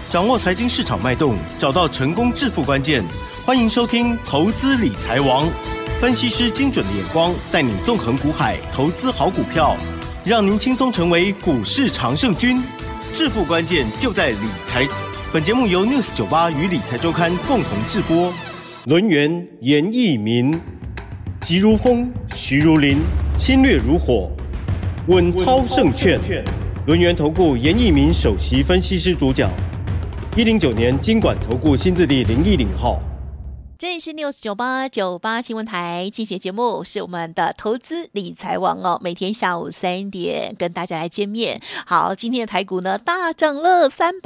掌握财经市场脉动，找到成功致富关键。欢迎收听《投资理财王》，分析师精准的眼光，带你纵横股海，投资好股票，让您轻松成为股市常胜军。致富关键就在理财。本节目由 News98 与理财周刊共同制播。轮源严义民，急如风，徐如林，侵略如火，稳操胜券。轮源投顾严义民首席分析师主讲。109年金管投顾新字第010号。 这里是 News98 新闻台，进行节目是我们的投资理财王哦，每天下午3点跟大家来见面。好，今天的台股呢大涨了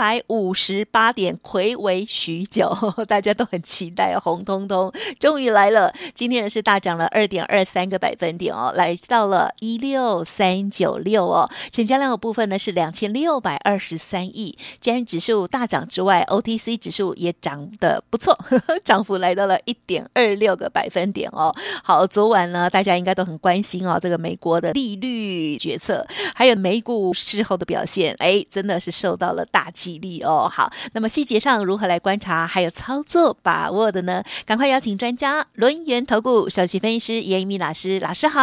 358点，睽违许久，大家都很期待哦，红彤彤终于来了。今天呢是大涨了2.23个百分点哦，来到了16396哦，成交量的部分呢是2623亿。既然指数大涨之外 ，OTC 指数也涨得不错，涨幅来到了1.26个百分点哦。好，昨晚呢，大家应该都很关心哦，这个美国的利率决策，还有美股事后的表现，真的是受到了大激励哦。好，那么细节上如何来观察，还有操作把握的呢？赶快邀请专家轮源投顾首席分析师严一鸣老师，老师好。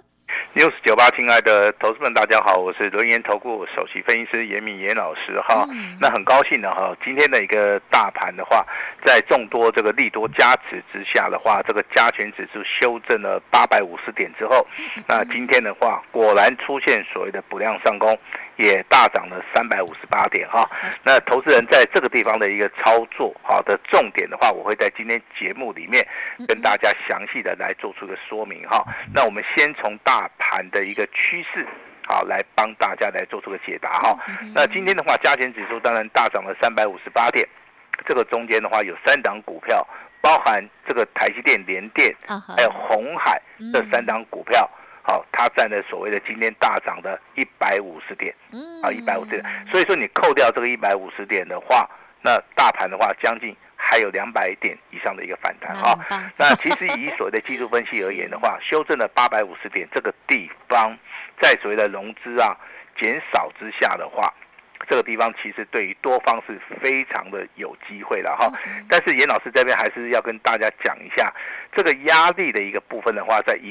News98，亲爱的投资们，大家好，我是轮源投顾首席分析师严敏严老师哈。那很高兴的哈，今天的一个大盘的话，在众多这个利多加持之下的话，这个加权指数修正了850点之后，那今天的话果然出现所谓的补量上攻，也大涨了358点哈。那投资人在这个地方的一个操作好的重点的话，我会在今天节目里面跟大家详细的来做出一个说明哈。那我们先从大盘的一个趋势好来帮大家来做出个解答哈。那今天的话，加权指数当然大涨了358点，这个中间的话有3档股票，包含这个台积电、联电还有鸿海这3档股票。好，它占了所谓的今天大涨的150点，150点。所以说你扣掉这个150点的话，那大盘的话将近还有200点以上的一个反弹哈。那其实以所谓的技术分析而言的话，修正了850点这个地方，在所谓的融资减少之下的话，这个地方其实对于多方是非常的有机会了哈。但是严老师这边还是要跟大家讲一下，这个压力的一个部分的话，在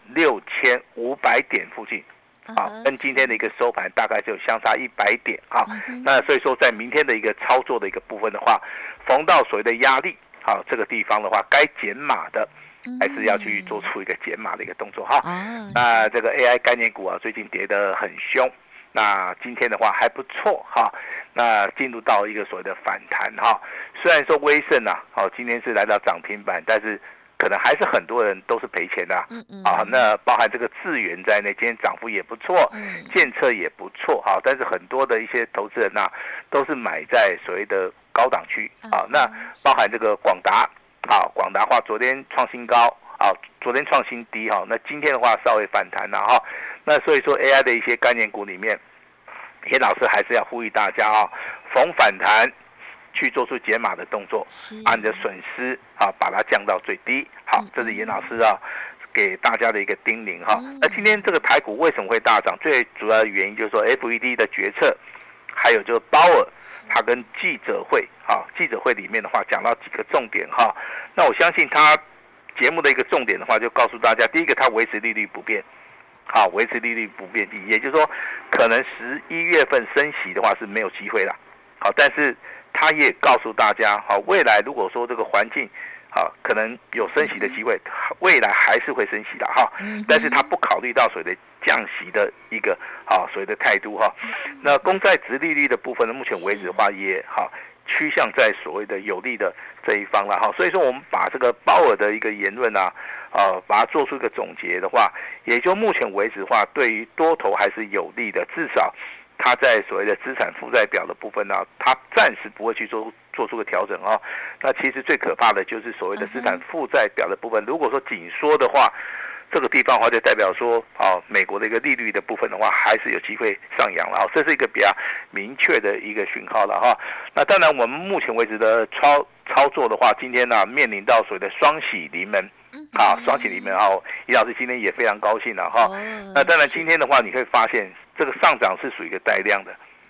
16500点附近。跟今天的一个收盘大概就相差100点啊。那所以说在明天的一个操作的一个部分的话，逢到所谓的压力这个地方的话，该减码的还是要去做出一个减码的一个动作哈。那这个 AI 概念股最近跌得很凶，那今天的话还不错哈。那进入到一个所谓的反弹哈。虽然说威盛今天是来到涨停板，但是可能还是很多人都是赔钱的那包含这个智原在内，今天涨幅也不错，建策也不错但是很多的一些投资人都是买在所谓的高档区那包含这个广达广达话昨天创新高昨天创新低那今天的话稍微反弹了那所以说 AI 的一些概念股里面，严老师还是要呼吁大家逢反弹去做出减码的动作，把你的损失把它降到最低。好，这是严老师给大家的一个叮咛哈。那今天这个台股为什么会大涨？最主要的原因就是说 FED 的决策，还有就是鲍尔他跟记者会记者会里面的话讲到几个重点哈。那我相信他节目的一个重点的话，就告诉大家，第一个他维持利率不变。维持利率不变，也就是说，可能11月份升息的话是没有机会了。但是他也告诉大家，未来如果说这个环境，可能有升息的机会，未来还是会升息的但是他不考虑到所谓的降息的一个所谓的态度那公债殖利率的部分呢，目前为止的话也趋向在所谓的有利的这一方了所以说我们把这个鲍尔的一个言论把它做出一个总结的话，也就目前为止的话，对于多头还是有利的，至少它在所谓的资产负债表的部分它暂时不会去做出个调整那其实最可怕的就是所谓的资产负债表的部分，如果说紧缩的话，这个地方的话就代表说美国的一个利率的部分的话还是有机会上扬了这是一个比较明确的一个讯号了那当然我们目前为止的操作的话，今天面临到所谓的双喜临门双喜临门尹老师今天也非常高兴了那当然今天的话你可以发现这个上涨是属于一个带量的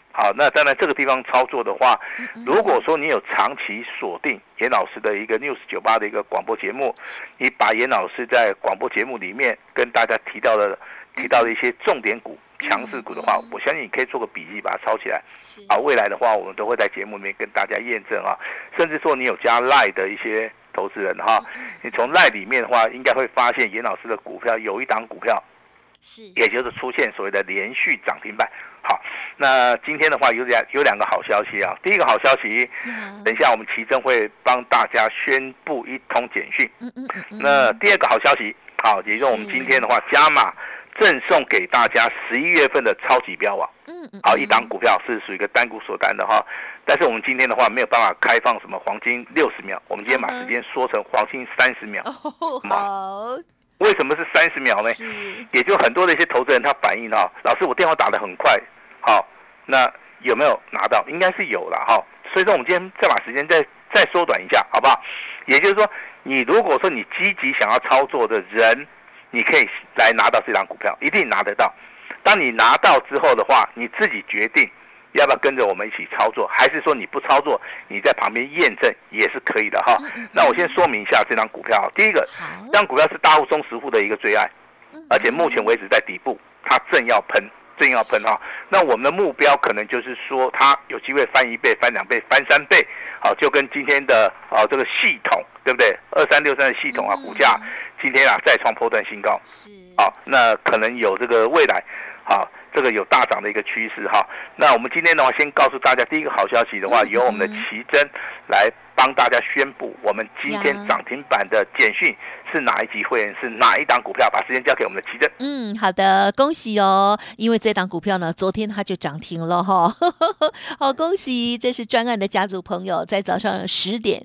好，那当然这个地方操作的话，如果说你有长期锁定严老师的一个 News98 的一个广播节目，你把严老师在广播节目里面跟大家提到的一些重点股、强势股的话，我相信你可以做个笔记，把它抄起来。未来的话，我们都会在节目里面跟大家验证啊，甚至说你有加 LINE 的一些投资人哈，你从 LINE 里面的话，应该会发现严老师的股票有一档股票，也就是出现所谓的连续涨停板。好，那今天的话有两个好消息啊。第一个好消息，等一下我们奇珍会帮大家宣布一通简讯。那第二个好消息，好，也就是我们今天的话加码赠送给大家11月份的超级标王。好，一档股票是属于一个单股锁单的哈，但是我们今天的话没有办法开放什么黄金60秒，我们今天把时间缩成黄金30秒。 好。 为什么是30秒呢？也就很多的一些投资人他反映哈，老师我电话打得很快，好，那有没有拿到？应该是有了哈。所以说我们今天再把时间再缩短一下，好不好？也就是说，你如果说你积极想要操作的人，你可以来拿到这张股票，一定拿得到。当你拿到之后的话，你自己决定要不要跟着我们一起操作，还是说你不操作，你在旁边验证也是可以的哈。那我先说明一下这张股票。第一个，这张股票是大户中实户的一个最爱，而且目前为止在底部，它正要喷哈。那我们的目标可能就是说，它有机会翻1倍、翻2倍、翻3倍，好，就跟今天的这个系统，对不对？2363的系统啊，股价今天啊再创波段新高，好，那可能有这个未来，好。这个有大涨的一个趋势哈。那我们今天的话，先告诉大家第一个好消息的话，由我们的奇珍来帮大家宣布，我们今天涨停板的简讯是哪一级会员，是哪一档股票，把时间交给我们的奇珍。 好的，恭喜哦，因为这档股票呢，昨天它就涨停了哈，好恭喜！这是专案的家族朋友，在早上10点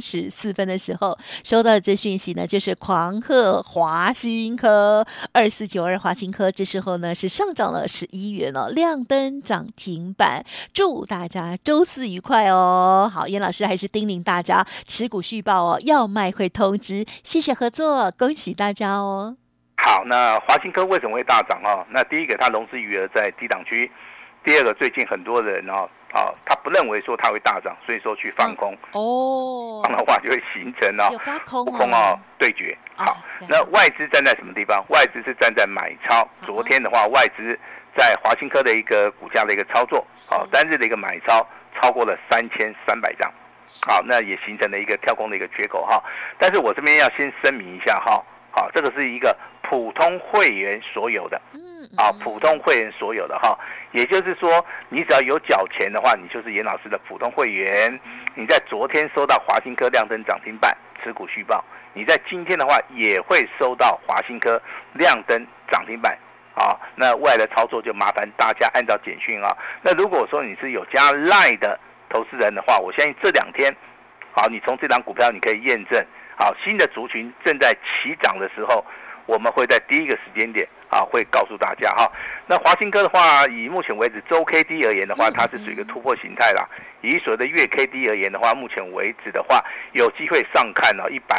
34分的时候收到的这讯息呢，就是狂贺华新科2492华新科，这时候呢是上涨了11元哦，亮灯涨停板，祝大家周四愉快哦。好，严老师还是叮咛大家持股续报哦，要卖会通知，谢谢合作，恭喜大家哦。 好，那华新科为什么会大涨哦？那第一个，它融资余额在低档区；第二个，最近很多人他不认为说它会大涨，所以说去放空。放的话就会形成多空对决。好，那外资站在什么地方？外资是站在买超。昨天的话，外资在华新科的一个股价的一个操作，单日的一个买超超过了3300张。好，那也形成了一个跳空的一个缺口哈。但是我这边要先声明一下哈，好，这个是一个普通会员所有的，普通会员所有的哈，也就是说，你只要有缴钱的话，你就是严老师的普通会员。你在昨天收到华新科亮灯涨停板，持股续报，你在今天的话也会收到华新科亮灯涨停板。那未来的操作就麻烦大家按照简讯啊。那如果说你是有加 LINE 的投资人的话，我相信这2天，好，你从这档股票你可以验证，好，新的族群正在起涨的时候，我们会在第一个时间点会告诉大家哈。那华新科的话，以目前为止周 K D 而言的话，它是属于一个突破形态啦。以所谓的月 K D 而言的话，目前为止的话，有机会上看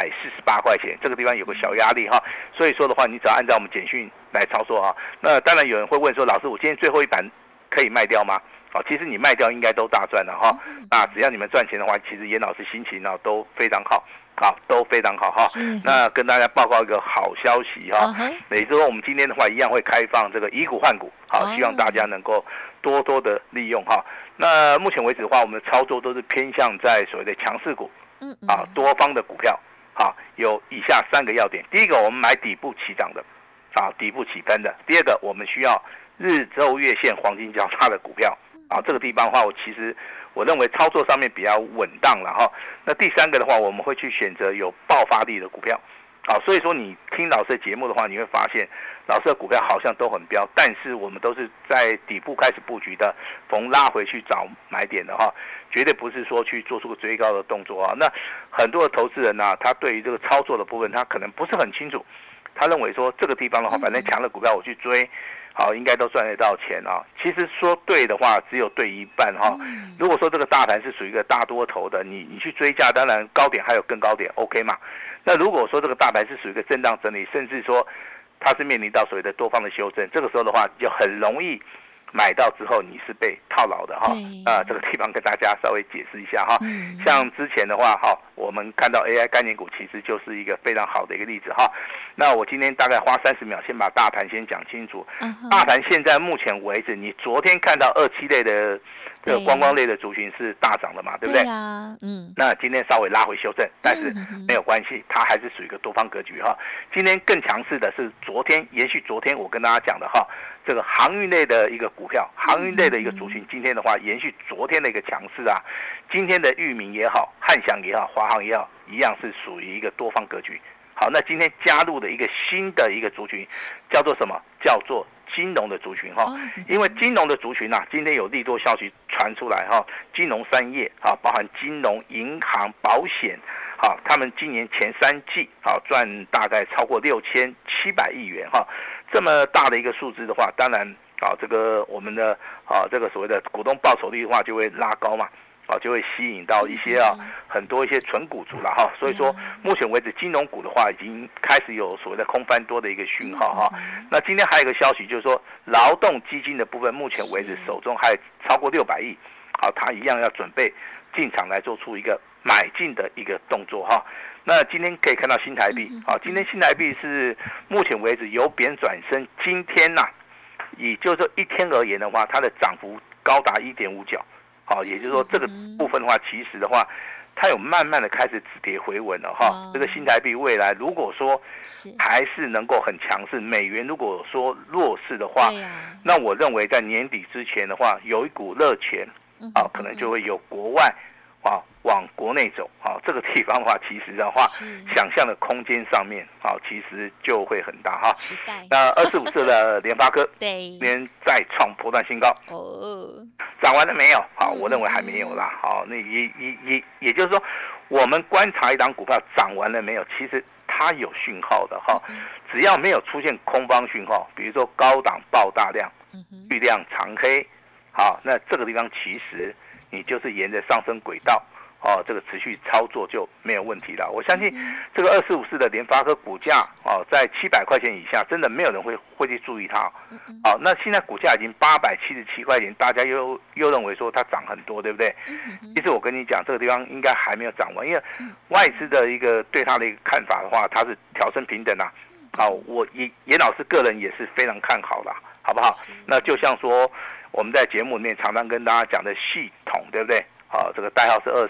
148块钱，这个地方有个小压力哈。所以说的话，你只要按照我们简讯来操作哈。那当然有人会问说，老师，我今天最后一盘可以卖掉吗？其实你卖掉应该都大赚了哈。那只要你们赚钱的话，其实严老师心情都非常好。好，都非常好哈。那跟大家报告一个好消息哈，也就是说我们今天的话一样会开放这个以股换股，好，希望大家能够多多的利用哈。那目前为止的话，我们的操作都是偏向在所谓的强势股，多方的股票，好，有以下3个要点。第一个，我们买底部起涨的，底部起喷的。第二个，我们需要日周月线黄金交叉的股票，这个地方的话，我认为操作上面比较稳当了哈。那第3个的话，我们会去选择有爆发力的股票。所以说你听老师的节目的话，你会发现老师的股票好像都很飙，但是我们都是在底部开始布局的，逢拉回去找买点的哈，绝对不是说去做出个追高的动作啊。那很多的投资人呢，他对于这个操作的部分，他可能不是很清楚，他认为说这个地方的话，反正强的股票我去追，好，应该都赚得到钱啊。其实说对的话，只有对一半哈。如果说这个大盘是属于一个大多头的，你去追价，当然高点还有更高点 ，OK 嘛？那如果说这个大盘是属于一个震荡整理，甚至说它是面临到所谓的多方的修正，这个时候的话就很容易， 买到之后你是被套牢的哈。这个地方跟大家稍微解释一下哈。像之前的话哈，我们看到 AI 概念股其实就是一个非常好的一个例子哈。那我今天大概花30秒先把大盘先讲清楚。大盘现在目前为止，你昨天看到27类的这个观光类的族群是大涨的嘛，对不对？那今天稍微拉回修正，但是没有关系，它还是属于一个多方格局哈。今天更强势的是延续昨天我跟大家讲的哈，这个航运类的一个股票，航运类的一个族群，今天的话延续昨天的一个强势啊。今天的裕民也好，汉翔也好，华航也好，一样是属于一个多方格局。好，那今天加入的一个新的一个族群，叫做什么？叫做金融的族群哈。因为金融的族群啊，今天有利多消息传出来哈，金融3业啊，包含金融、银行、保险，好，他们今年前3季好赚大概超过6700亿元哈。这么大的一个数字的话，当然啊，这个我们的这个所谓的股东报酬率的话就会拉高嘛。就会吸引到一些很多一些纯股族了哈，所以说目前为止金融股的话已经开始有所谓的空翻多的一个讯号哈。那今天还有一个消息就是说，劳动基金的部分目前为止手中还超过600亿，好，他一样要准备进场来做出一个买进的一个动作哈。那今天可以看到新台币，好，今天新台币是目前为止由贬转升，今天呐，也就是说一天而言的话，它的涨幅高达1.5角。好，也就是说这个部分的话，其实的话，它有慢慢的开始止跌回稳了哈。这个新台币未来如果说还是能够很强势，美元如果说弱势的话，那我认为在年底之前的话，有一股热钱可能就会由国外往国内走，这个地方的话，其实的话，想象的空间上面其实就会很大哈。那2454的联发科，今天再创波段新高涨完了没有？好，我认为还没有啦。好，那也就是说，我们观察一档股票涨完了没有，其实它有讯号的哈。只要没有出现空方讯号，比如说高档爆大量、巨量长黑，好，那这个地方其实你就是沿着上升轨道。这个持续操作就没有问题了。我相信这个2454的联发科股价在700块钱以下，真的没有人会去注意它。那现在股价已经877块钱，大家又认为说它涨很多，对不对？其实我跟你讲，这个地方应该还没有涨完，因为外资的一个对它的一个看法的话，它是调升平等啊。好，我严老师个人也是非常看好啦，好不好？那就像说我们在节目里面常常跟大家讲的系统，对不对？这个代号是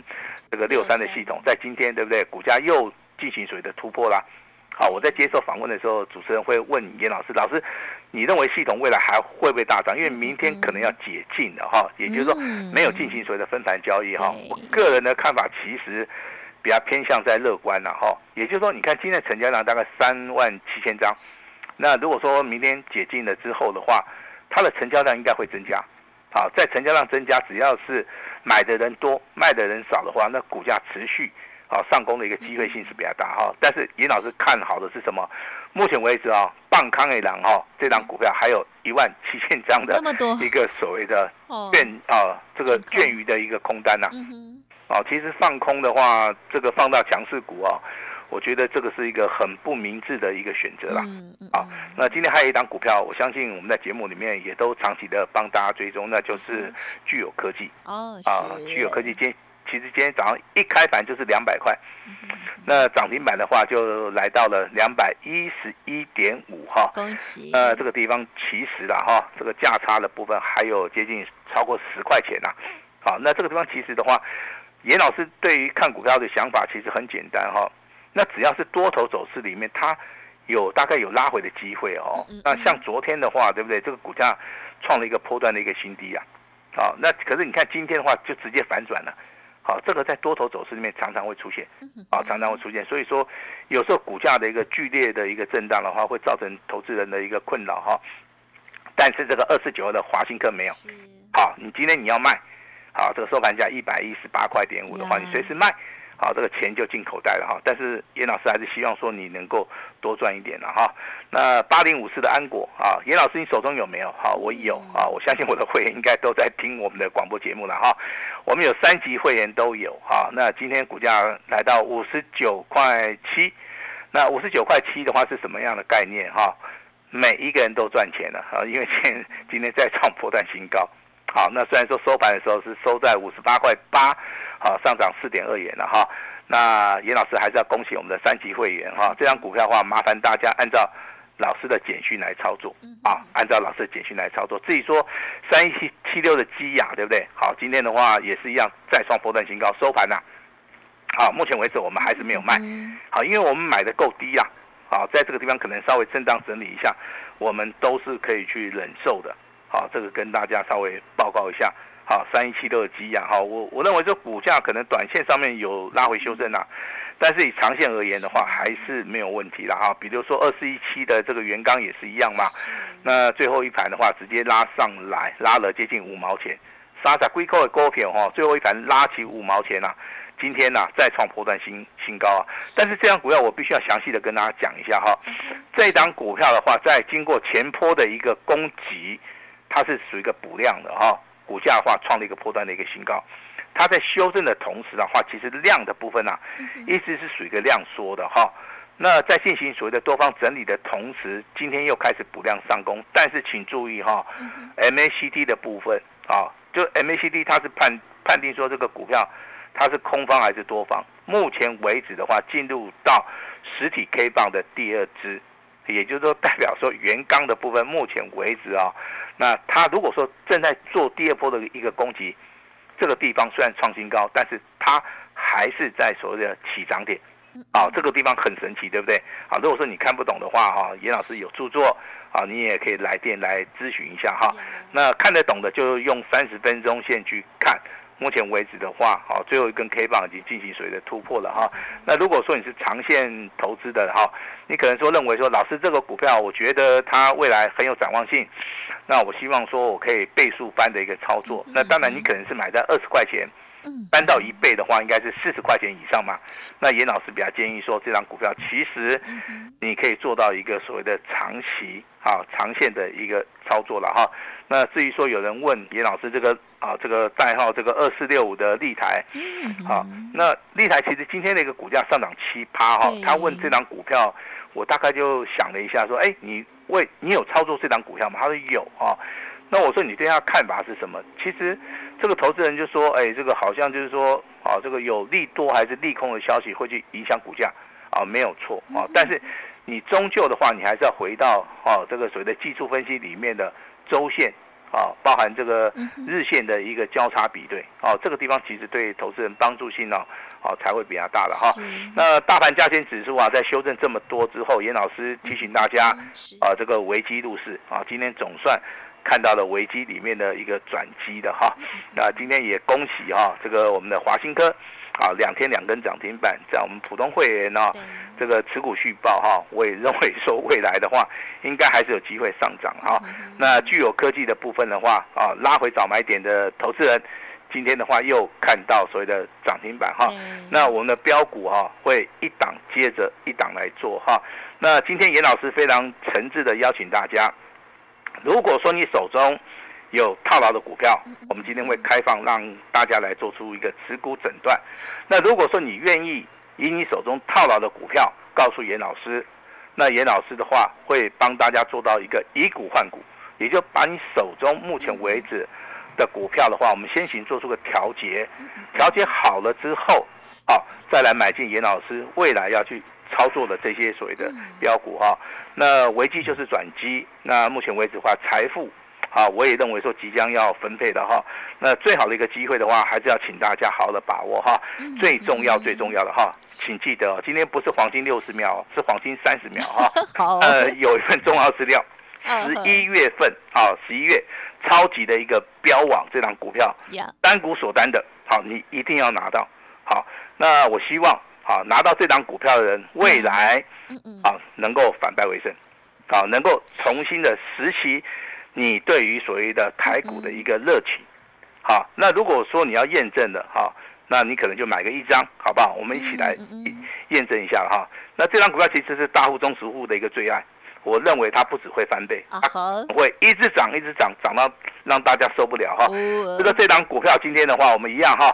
63的系统，在今天对不对？股价又进行所谓的突破啦。好，我在接受访问的时候，主持人会问严老师，老师，你认为系统未来还会不会大涨？因为明天可能要解禁了哈，也就是说没有进行所谓的分盘交易哈。我个人的看法其实比较偏向在乐观了哈。也就是说，你看今天的成交量大概37000张，那如果说明天解禁了之后的话，它的成交量应该会增加。好，在成交量增加，只要是买的人多，卖的人少的话，那股价持续上攻的一个机会性是比较大哈。但是严老师看好的是什么？目前为止棒康一郎这档股票还有17000张的一个所谓的这个券余的一个空单呐。其实放空的话，这个放到强势股我觉得这个是一个很不明智的一个选择啦。那今天还有一档股票，我相信我们在节目里面也都长期的帮大家追踪，那就是聚友科技。聚友科技其实今天早上一开盘就是200块，那涨停板的话就来到了211.5哈。恭喜！这个地方其实啦这个价差的部分还有接近超过10块钱啦。好，那这个地方其实的话，严老师对于看股票的想法其实很简单哈。那只要是多头走势里面，它大概有拉回的机会那像昨天的话，对不对？这个股价创了一个波段的一个新低啊。好，那可是你看今天的话，就直接反转了。好，这个在多头走势里面常常会出现，常常会出现。所以说，有时候股价的一个剧烈的一个震荡的话，会造成投资人的一个困扰哈。但是这个249的华新科没有。好，你今天你要卖，好，这个收盘价118.5块的话，你随时卖。好，这个钱就进口袋了哈。但是严老师还是希望说你能够多赚一点了哈。那8054的安国严老师你手中有没有？好，我有我相信我的会员应该都在听我们的广播节目了哈。我们有3级会员都有那今天股价来到59.7块，那59.7块的话是什么样的概念哈？ 每一个人都赚钱了啊，因为今天再创波段新高。好，那虽然说收盘的时候是收在58.8块，好，上涨4.2元了哈。那严老师还是要恭喜我们的3级会员哈，这张股票的话，麻烦大家按照老师的简讯来操作啊，按照老师的简讯来操作。至于说3176的基亚，对不对？好，今天的话也是一样再创波段新高，收盘好，目前为止我们还是没有卖，好，因为我们买的够低啦，好，在这个地方可能稍微震荡整理一下，我们都是可以去忍受的。好，这个跟大家稍微报告一下。好，3176的基亚，好，我认为这股价可能短线上面有拉回修正但是以长线而言的话，还是没有问题啦哈。比如说2417的这个元刚也是一样嘛，那最后一盘的话直接拉上来，拉了接近5毛钱，30几块的股票哈，最后一盘拉起5毛钱今天再创波段新高但是这张股票我必须要详细的跟大家讲一下哈。这档股票的话，在经过前波的一个攻击，它是属于一个补量的哈。股价的话创了一个波段的一个新高，它在修正的同时的话，其实量的部分一直是属于一个量缩的哈。那在进行所谓的多方整理的同时，今天又开始补量上攻，但是请注意MACD 的部分就 MACD 它是判定说这个股票它是空方还是多方。目前为止的话，进入到实体 K 棒的第2支，也就是说代表说元刚的部分，目前为止那它如果说正在做第2波的一个攻击，这个地方虽然创新高，但是它还是在所谓的起涨点，这个地方很神奇，对不对？如果说你看不懂的话严老师有著作你也可以来电来咨询一下那看得懂的就用30分钟线去看。目前为止的话，最后一根 K 棒已经进行所谓的突破了那如果说你是长线投资的你可能说认为说，老师这个股票，我觉得它未来很有展望性，那我希望说我可以倍数翻的一个操作。那当然你可能是买在20块钱，翻到1倍的话，应该是40块钱以上嘛。那严老师比较建议说，这张股票其实你可以做到一个所谓的长期长线的一个操作了那至于说有人问严老师这个代号这个2465的立台那立台其实今天的一个股价上涨7%他问这张股票，我大概就想了一下说，你有操作这张股票吗？他说有那我说你对他看法是什么？其实这个投资人就说，这个好像就是说这个有利多还是利空的消息会去影响股价没有错但是你终究的话，你还是要回到这个所谓的技术分析里面的周线包含这个日线的一个交叉比对这个地方其实对投资人帮助性才会比较大的那大盘加权指数在修正这么多之后，严老师提醒大家这个危机入市今天总算看到了危机里面的一个转机的那今天也恭喜这个我们的华新科2天2根涨停板，在我们普通会员这个持股续报我也认为说未来的话应该还是有机会上涨那具有科技的部分的话拉回早买点的投资人，今天的话又看到所谓的涨停板那我们的标股会一档接着一档来做那今天严老师非常诚挚的邀请大家，如果说你手中有套牢的股票，我们今天会开放让大家来做出一个持股诊断。那如果说你愿意以你手中套牢的股票告诉严老师，那严老师的话会帮大家做到一个以股换股，也就把你手中目前为止的股票的话，我们先行做出个调节，调节好了之后再来买进严老师未来要去操作的这些所谓的标股那危机就是转机，那目前为止的话财富我也认为说即将要分配的那最好的一个机会的话，还是要请大家好好的把握最重要的请记得今天不是黄金60秒，是黄金30秒好有一份重要资料，11月份11月超级的一个标网这档股票单股锁单的你一定要拿到那我希望拿到这档股票的人未来能够反败为胜能够重新的拾起你对于所谓的台股的一个热情那如果说你要验证的那你可能就买个1张好不好？我们一起来验证一下那这张股票其实是大户中实户的一个最爱，我认为它不只会翻倍会一直涨涨到让大家受不了这档股票今天的话我们一样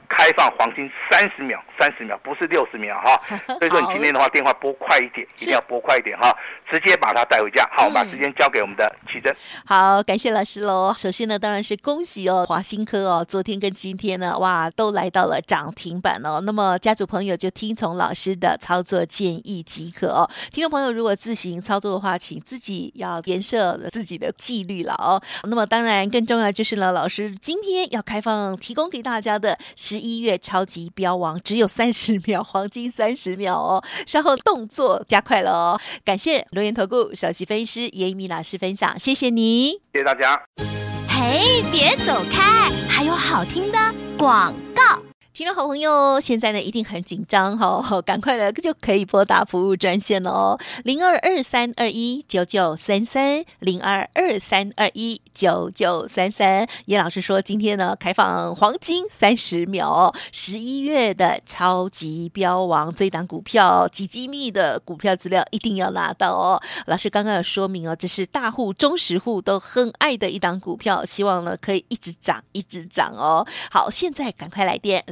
开放黄金30秒，30秒不是60秒哈。所以说你今天的话电话拨快一点，一定要拨快一点哈，直接把它带回家。好，我们把时间交给我们的奇珍。 好，感谢老师喽。首先呢，当然是恭喜哦，华新科哦，昨天跟今天呢，哇，都来到了涨停板哦。那么家族朋友就听从老师的操作建议即可哦。听众朋友如果自行操作的话，请自己要严设自己的纪律了哦。那么当然更重要就是呢，老师今天要开放提供给大家的11月超级标王，只有30秒，黄金30秒哦。稍后动作加快了哦。感谢轮源投顾首席分析师严一鸣老师分享，谢谢你， 谢谢大家。 嘿，别走开，还有好听的广告。 听众好朋友，现在呢一定很紧张哈，赶快了就可以拨打服务专线哦，0223219933，0223219933。严老师说今天呢开放黄金30秒哦，11月的超级标王这一档股票，极机密的股票资料一定要拿到哦。老师刚刚有说明哦，这是大户、中实户都很爱的一档股票，希望呢可以一直涨，一直涨哦。好，现在赶快来电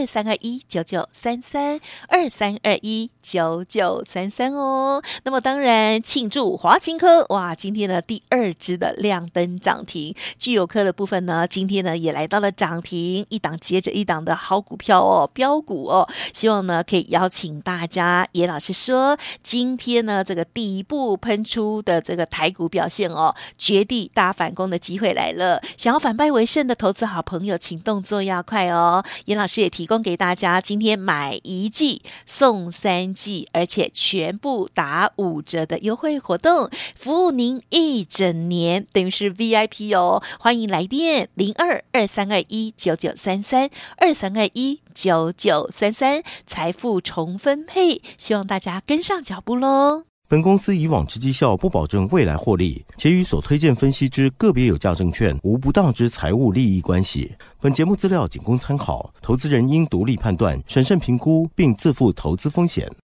0223219933，23219933哦。那么当然庆祝华新科，哇，今天呢第2支的亮灯涨停，具有科的部分呢，今天呢也来到了涨停，一档接着一档的好股票哦，标股哦。希望呢可以邀请大家，严老师说今天呢这个底部喷出的这个台股表现哦，绝地大反攻的机会来了，想要反败为胜的投资好朋友，请动作要快哦。严老师也提供给大家今天买1季送3季，而且全部打5折的优惠活动，服务您1整年，等于是 VIP 哦。欢迎来电0223219933，23219933，财富重分配，希望大家跟上脚步咯。 本公司以往之绩效不保证未来获利，且与所推荐分析之个别有价证券无不当之财务利益关系。本节目资料仅供参考，投资人应独立判断、审慎评估，并自负投资风险。